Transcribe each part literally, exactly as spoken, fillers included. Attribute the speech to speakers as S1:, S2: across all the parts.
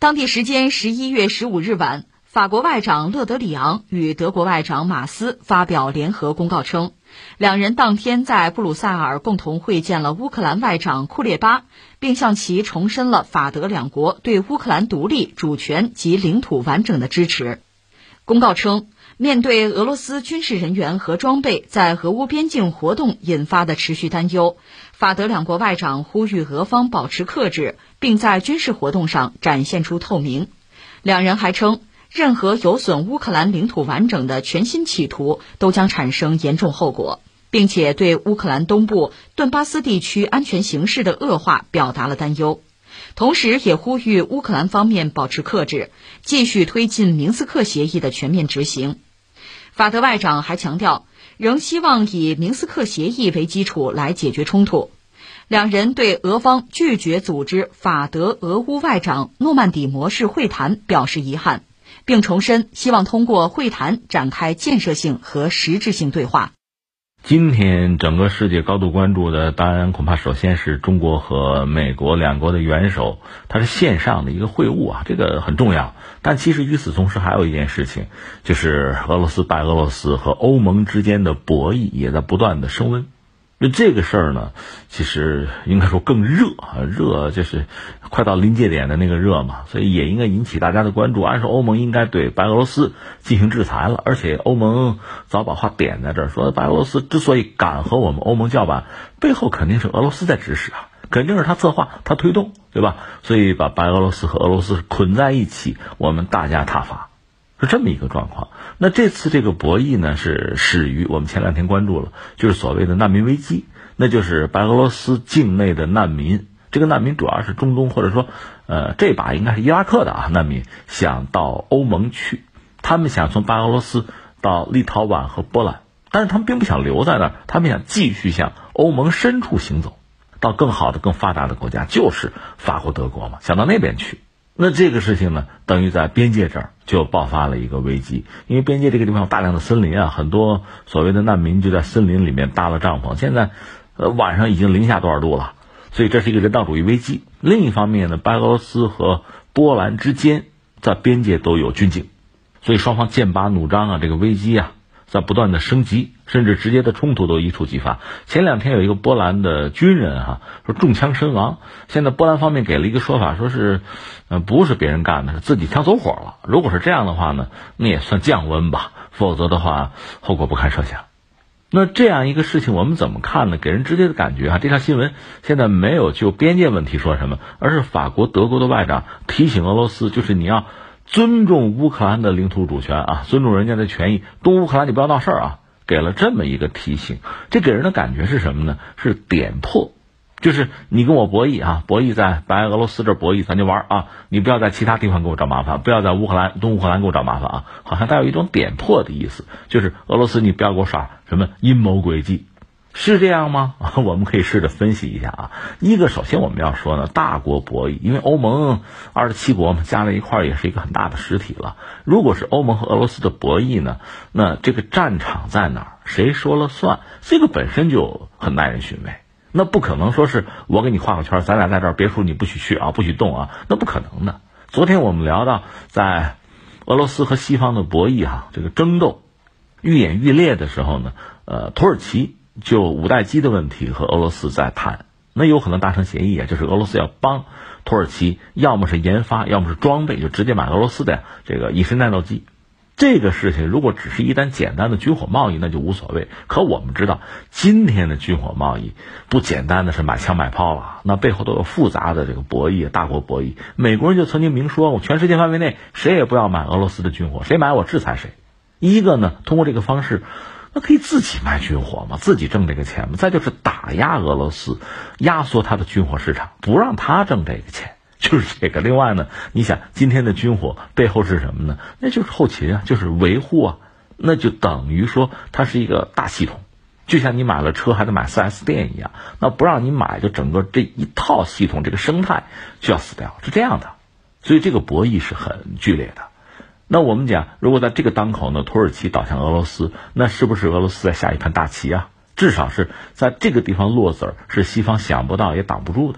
S1: 当地时间十一月十五日晚，法国外长勒德里昂与德国外长马斯发表联合公告称，两人当天在布鲁塞尔共同会见了乌克兰外长库列巴，并向其重申了法德两国对乌克兰独立、主权及领土完整的支持。公告称，面对俄罗斯军事人员和装备在俄乌边境活动引发的持续担忧，法德两国外长呼吁俄方保持克制，并在军事活动上展现出透明。两人还称，任何有损乌克兰领土完整的全新企图都将产生严重后果，并且对乌克兰东部顿巴斯地区安全形势的恶化表达了担忧。同时也呼吁乌克兰方面保持克制，继续推进明斯克协议的全面执行。法德外长还强调，仍希望以明斯克协议为基础来解决冲突。两人对俄方拒绝组织法德俄乌外长诺曼底模式会谈表示遗憾，并重申希望通过会谈展开建设性和实质性对话。
S2: 今天整个世界高度关注的，当然恐怕首先是中国和美国两国的元首，它是线上的一个会晤啊，这个很重要。但其实与此同时还有一件事情，就是俄罗斯、白俄罗斯和欧盟之间的博弈也在不断的升温。那这个事儿呢，其实应该说更热啊，热就是快到临界点的那个热嘛，所以也应该引起大家的关注。按说欧盟应该对白俄罗斯进行制裁了，而且欧盟早把话点在这儿，说白俄罗斯之所以敢和我们欧盟叫板，背后肯定是俄罗斯在指使啊，肯定是他策划他推动，对吧？所以把白俄罗斯和俄罗斯捆在一起，我们大加挞伐，是这么一个状况。那这次这个博弈呢，是始于我们前两天关注了，就是所谓的难民危机，那就是白俄罗斯境内的难民，这个难民主要是中东或者说呃这把应该是伊拉克的啊难民，想到欧盟去，他们想从白俄罗斯到立陶宛和波兰，但是他们并不想留在那儿，他们想继续向欧盟深处行走，到更好的更发达的国家，就是法国德国嘛，想到那边去。那这个事情呢，等于在边界这儿就爆发了一个危机，因为边界这个地方有大量的森林啊，很多所谓的难民就在森林里面搭了帐篷，现在呃晚上已经零下多少度了，所以这是一个人道主义危机。另一方面呢，白俄罗斯和波兰之间在边界都有军警，所以双方剑拔弩张啊，这个危机啊在不断的升级，甚至直接的冲突都一触即发。前两天有一个波兰的军人哈、啊、说中枪身亡，现在波兰方面给了一个说法，说是呃不是别人干的，是自己枪走火了。如果是这样的话呢，那也算降温吧，否则的话后果不堪设想。那这样一个事情我们怎么看呢？给人直接的感觉啊，这条新闻现在没有就边界问题说什么，而是法国、德国的外长提醒俄罗斯，就是你要尊重乌克兰的领土主权啊，尊重人家的权益，东乌克兰你不要闹事儿啊，给了这么一个提醒。这给人的感觉是什么呢？是点破，就是你跟我博弈啊，博弈在白俄罗斯这博弈咱就玩啊，你不要在其他地方给我找麻烦，不要在乌克兰东乌克兰给我找麻烦啊，好像带有一种点破的意思，就是俄罗斯你不要给我耍什么阴谋诡计。是这样吗？我们可以试着分析一下啊。一个，首先我们要说呢，大国博弈，因为欧盟二十七国嘛，加在一块儿也是一个很大的实体了。如果是欧盟和俄罗斯的博弈呢，那这个战场在哪儿，谁说了算？这个本身就很耐人寻味。那不可能说是我给你画个圈，咱俩在这儿别处你不许去啊，不许动啊，那不可能的。昨天我们聊到，在俄罗斯和西方的博弈啊，这个争斗愈演愈烈的时候呢，呃，土耳其就五代机的问题和俄罗斯在谈，那有可能达成协议啊，就是俄罗斯要帮土耳其，要么是研发，要么是装备，就直接买俄罗斯的这个隐身战斗机。这个事情如果只是一单简单的军火贸易，那就无所谓。可我们知道，今天的军火贸易不简单的是买枪买炮了，那背后都有复杂的这个博弈，大国博弈。美国人就曾经明说，我全世界范围内谁也不要买俄罗斯的军火，谁买我制裁谁。一个呢，通过这个方式，那可以自己卖军火嘛，自己挣这个钱嘛。再就是打压俄罗斯，压缩他的军火市场，不让他挣这个钱，就是这个。另外呢，你想今天的军火背后是什么呢？那就是后勤啊，就是维护啊，那就等于说它是一个大系统，就像你买了车还得买 四 S 店一样，那不让你买，就整个这一套系统这个生态就要死掉，是这样的。所以这个博弈是很剧烈的。那我们讲，如果在这个当口呢，土耳其倒向俄罗斯，那是不是俄罗斯在下一盘大棋啊？至少是在这个地方落子儿，是西方想不到也挡不住的。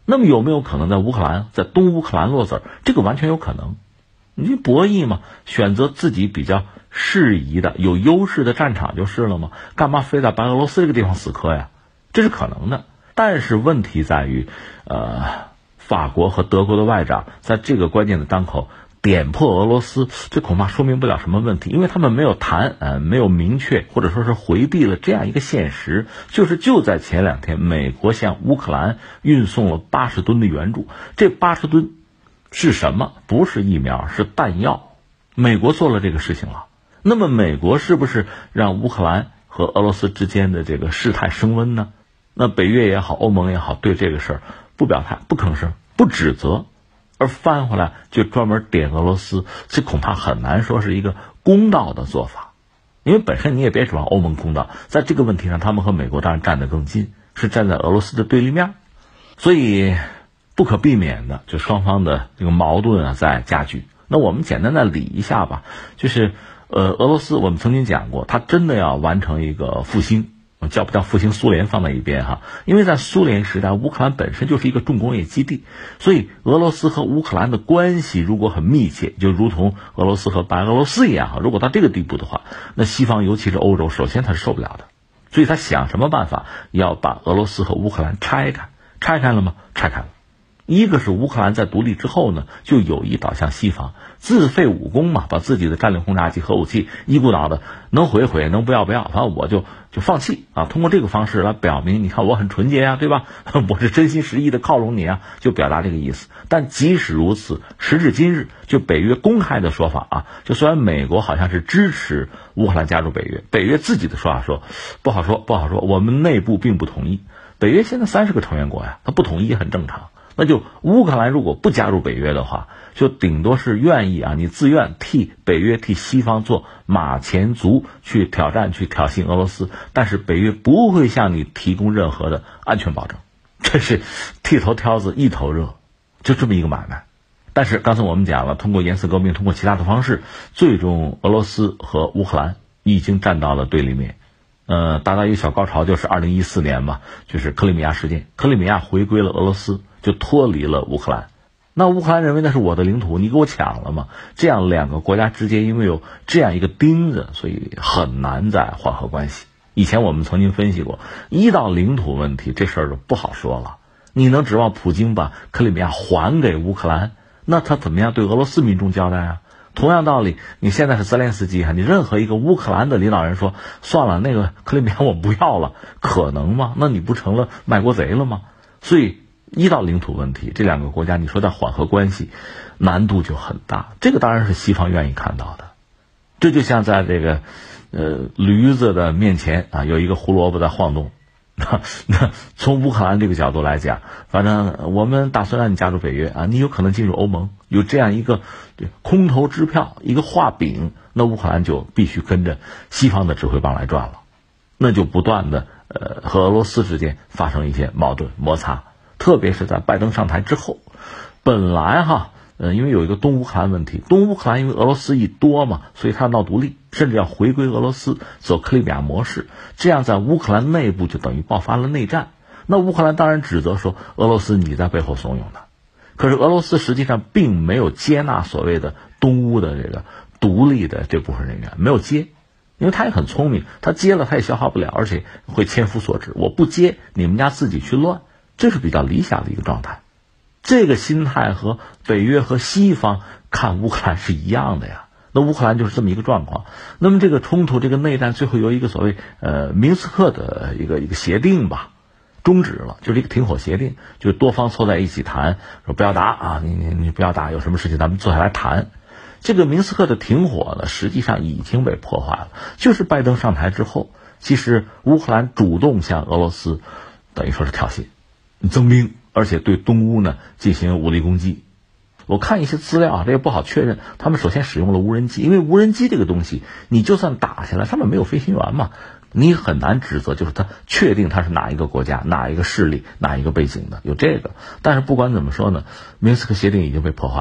S2: 那么有没有可能在乌克兰，在东乌克兰落子儿？这个完全有可能。你博弈嘛，选择自己比较适宜的、有优势的战场就是了嘛。干嘛非在白俄罗斯这个地方死磕呀？这是可能的。但是问题在于，呃，法国和德国的外长在这个关键的当口点破俄罗斯，这恐怕说明不了什么问题，因为他们没有谈，呃，没有明确，或者说是回避了这样一个现实，就是就在前两天，美国向乌克兰运送了八十吨的援助，这八十吨是什么？不是疫苗，是弹药。美国做了这个事情了，那么美国是不是让乌克兰和俄罗斯之间的这个事态升温呢？那北约也好，欧盟也好，对这个事儿不表态、不吭声、不指责，而翻回来就专门点俄罗斯，这恐怕很难说是一个公道的做法。因为本身你也别指望欧盟公道，在这个问题上他们和美国当然站得更近，是站在俄罗斯的对立面，所以不可避免的就双方的这个矛盾啊在加剧。那我们简单的理一下吧，就是呃，俄罗斯我们曾经讲过，它真的要完成一个复兴，叫不叫复兴苏联放在一边哈，因为在苏联时代，乌克兰本身就是一个重工业基地，所以俄罗斯和乌克兰的关系如果很密切，就如同俄罗斯和白俄罗斯一样哈，如果到这个地步的话，那西方尤其是欧洲，首先他是受不了的，所以他想什么办法要把俄罗斯和乌克兰拆开，拆开了吗？拆开了。一个是乌克兰在独立之后呢，就有意导向西方，自废武功嘛，把自己的战略轰炸机、核武器一股脑的能毁毁，能不要不要，反正我就就放弃啊。通过这个方式来表明，你看我很纯洁啊，对吧？我是真心实意的靠拢你啊，就表达这个意思。但即使如此，时至今日，就北约公开的说法啊，就虽然美国好像是支持乌克兰加入北约，北约自己的说法说不好说，不好说，我们内部并不同意。北约现在三十个成员国呀，他不统一也很正常。那就乌克兰如果不加入北约的话，就顶多是愿意啊，你自愿替北约替西方做马前卒，去挑战去挑衅俄罗斯，但是北约不会向你提供任何的安全保证，这是剃头挑子一头热，就这么一个买卖。但是刚才我们讲了，通过颜色革命，通过其他的方式，最终俄罗斯和乌克兰已经站到了对立面。呃，达到一个小高潮就是二零一四年嘛，就是克里米亚事件，克里米亚回归了俄罗斯，就脱离了乌克兰。那乌克兰认为那是我的领土，你给我抢了嘛？这样两个国家之间因为有这样一个钉子，所以很难再缓和关系。以前我们曾经分析过，一到领土问题这事儿就不好说了。你能指望普京把克里米亚还给乌克兰？那他怎么样对俄罗斯民众交代啊？同样道理，你现在是泽连斯基哈，你任何一个乌克兰的领导人说算了，那个克里米亚我不要了，可能吗？那你不成了卖国贼了吗？所以一到领土问题，这两个国家你说在缓和关系难度就很大，这个当然是西方愿意看到的。这就像在这个呃驴子的面前啊，有一个胡萝卜在晃动。那从乌克兰这个角度来讲，反正我们打算让你加入北约啊，你有可能进入欧盟，有这样一个空头支票，一个画饼，那乌克兰就必须跟着西方的指挥棒来转了，那就不断的呃和俄罗斯之间发生一些矛盾摩擦，特别是在拜登上台之后，本来哈呃因为有一个东乌克兰问题，东乌克兰因为俄罗斯一多嘛，所以他要闹独立，甚至要回归俄罗斯，走克里米亚模式，这样在乌克兰内部就等于爆发了内战。那乌克兰当然指责说俄罗斯你在背后怂恿的，可是俄罗斯实际上并没有接纳所谓的东乌的这个独立的这部分人员，没有接，因为他也很聪明，他接了他也消化不了，而且会千夫所指，我不接你们家自己去乱，这是比较理想的一个状态。这个心态和北约和西方看乌克兰是一样的呀，那乌克兰就是这么一个状况。那么这个冲突这个内战最后由一个所谓呃明斯克的一个一个协定吧终止了，就是一个停火协定，就是多方凑在一起谈，说不要打啊，你你你不要打，有什么事情咱们坐下来谈。这个明斯克的停火呢，实际上已经被破坏了，就是拜登上台之后，其实乌克兰主动向俄罗斯等于说是挑衅增兵，而且对东乌呢进行武力攻击。我看一些资料啊，这也不好确认，他们首先使用了无人机，因为无人机这个东西你就算打下来上面没有飞行员嘛，你很难指责就是他确定他是哪一个国家哪一个势力哪一个背景的，有这个。但是不管怎么说呢，明斯克协定已经被破坏了，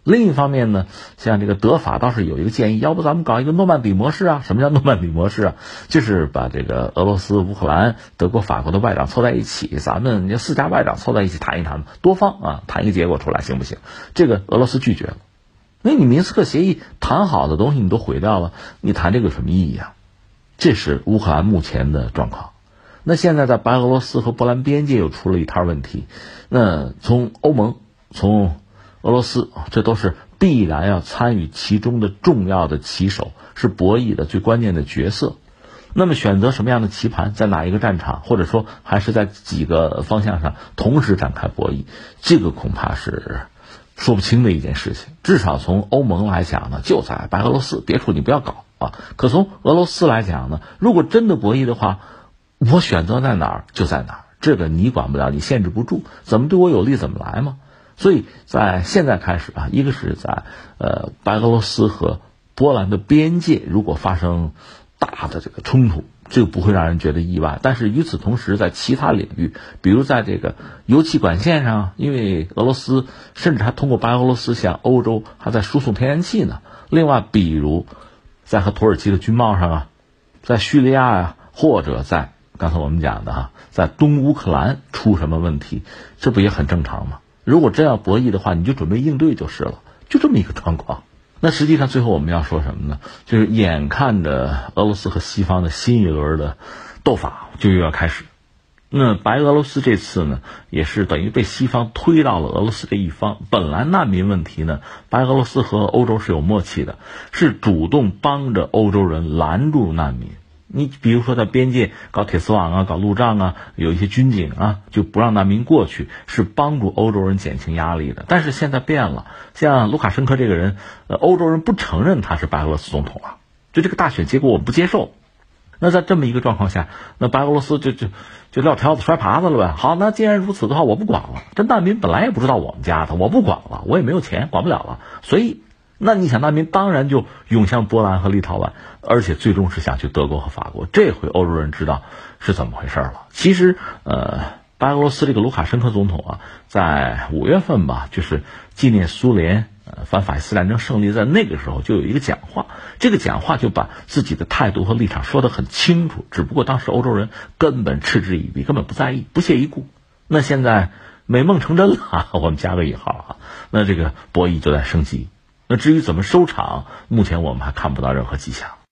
S2: 另一方面呢，像这个德法倒是有一个建议，要不咱们搞一个诺曼底模式啊？什么叫诺曼底模式啊？就是把这个俄罗斯、乌克兰、德国、法国的外长凑在一起，咱们这四家外长凑在一起谈一谈，多方啊谈一个结果出来，行不行？这个俄罗斯拒绝了。那你明斯克协议谈好的东西你都毁掉了，你谈这个有什么意义啊？这是乌克兰目前的状况。那现在在白俄罗斯和波兰边界又出了一摊问题，那从欧盟、从俄罗斯，这都是必然要参与其中的重要的棋手，是博弈的最关键的角色。那么选择什么样的棋盘，在哪一个战场，或者说还是在几个方向上同时展开博弈，这个恐怕是说不清的一件事情。至少从欧盟来讲呢，就在白俄罗斯，别处你不要搞啊。可从俄罗斯来讲呢，如果真的博弈的话，我选择在哪儿就在哪儿，这个你管不了，你限制不住，怎么对我有利怎么来嘛。所以在现在开始啊，一个是在呃白俄罗斯和波兰的边界，如果发生大的这个冲突，这个不会让人觉得意外。但是与此同时，在其他领域，比如在这个油气管线上，因为俄罗斯甚至还通过白俄罗斯向欧洲还在输送天然气呢。另外，比如在和土耳其的军贸上啊，在叙利亚呀、啊，或者在刚才我们讲的哈，在东乌克兰出什么问题，这不也很正常吗？如果真要博弈的话，你就准备应对就是了，就这么一个状况。那实际上最后我们要说什么呢？就是眼看着俄罗斯和西方的新一轮的斗法就又要开始。那白俄罗斯这次呢，也是等于被西方推到了俄罗斯这一方。本来难民问题呢，白俄罗斯和欧洲是有默契的，是主动帮着欧洲人拦住难民。你比如说在边界搞铁丝网啊，搞路障啊，有一些军警啊，就不让难民过去，是帮助欧洲人减轻压力的。但是现在变了，像卢卡申科这个人，呃，欧洲人不承认他是白俄罗斯总统了，就这个大选结果我不接受。那在这么一个状况下，那白俄罗斯就就就撂挑子摔耙子了呗。好，那既然如此的话，我不管了。这难民本来也不知道我们家的，我不管了，我也没有钱，管不了了。所以那你想难民当然就涌向波兰和立陶宛，而且最终是想去德国和法国。这回欧洲人知道是怎么回事了。其实呃白俄罗斯这个卢卡申科总统啊，在五月份吧，就是纪念苏联呃反法西斯战争胜利，在那个时候就有一个讲话，这个讲话就把自己的态度和立场说得很清楚，只不过当时欧洲人根本嗤之以鼻，根本不在意，不屑一顾。那现在美梦成真了，我们加个引号啊，那这个博弈就在升级。那至于怎么收场，目前我们还看不到任何迹象。